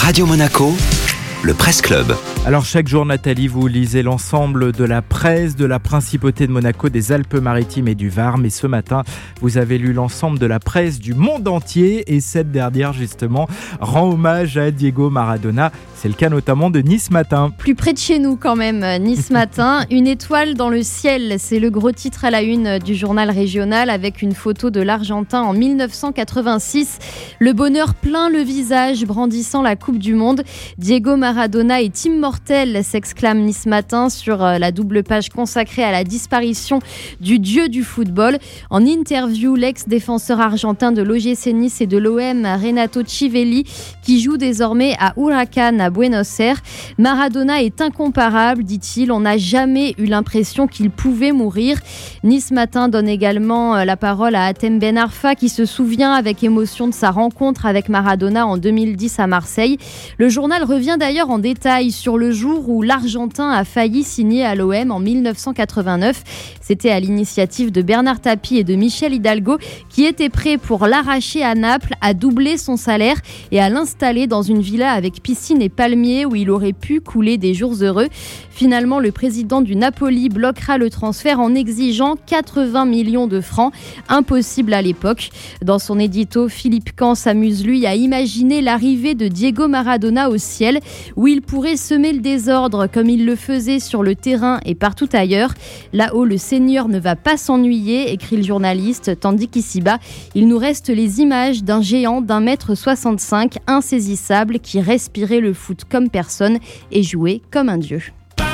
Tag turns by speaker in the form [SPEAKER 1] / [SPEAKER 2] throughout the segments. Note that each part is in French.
[SPEAKER 1] Radio Monaco, le Presse Club.
[SPEAKER 2] Alors chaque jour, Nathalie, vous lisez l'ensemble de la presse de la Principauté de Monaco, des Alpes-Maritimes et du Var. Mais ce matin, vous avez lu l'ensemble de la presse du monde entier. Et cette dernière, justement, rend hommage à Diego Maradona. C'est le cas notamment de Nice Matin.
[SPEAKER 3] Plus près de chez nous quand même, Nice Matin. Une étoile dans le ciel, c'est le gros titre à la une du journal régional avec une photo de l'Argentin en 1986. Le bonheur plein le visage, brandissant la Coupe du Monde. Diego Maradona est immortel, s'exclame Nice Matin sur la double page consacrée à la disparition du dieu du football. En interview, l'ex-défenseur argentin de l'OGC Nice et de l'OM, Renato Chivelli, qui joue désormais à Huracan à Buenos Aires. Maradona est incomparable, dit-il. On n'a jamais eu l'impression qu'il pouvait mourir. Nice Matin donne également la parole à Hatem Ben Arfa, qui se souvient avec émotion de sa rencontre avec Maradona en 2010 à Marseille. Le journal revient d'ailleurs en détail sur le jour où l'Argentin a failli signer à l'OM en 1989. C'était à l'initiative de Bernard Tapie et de Michel Hidalgo, qui étaient prêts pour l'arracher à Naples, à doubler son salaire et à l'installer dans une villa avec piscine et palmiers où il aurait pu couler des jours heureux. Finalement, le président du Napoli bloquera le transfert en exigeant 80 millions de francs, impossible à l'époque. Dans son édito, Philippe Caen s'amuse lui à imaginer l'arrivée de Diego Maradona au ciel, où il pourrait semer le désordre comme il le faisait sur le terrain et partout ailleurs. Là-haut, le Seigneur ne va pas s'ennuyer, écrit le journaliste, tandis qu'ici-bas, il nous reste les images d'un géant d'1,65 m, insaisissable, qui respirait le foot comme personne et jouait comme un dieu.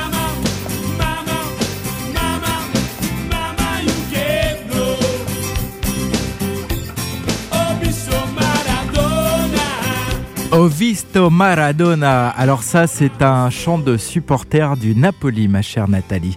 [SPEAKER 2] Ho visto Maradona. Alors ça, c'est un chant de supporter du Napoli, ma chère Nathalie.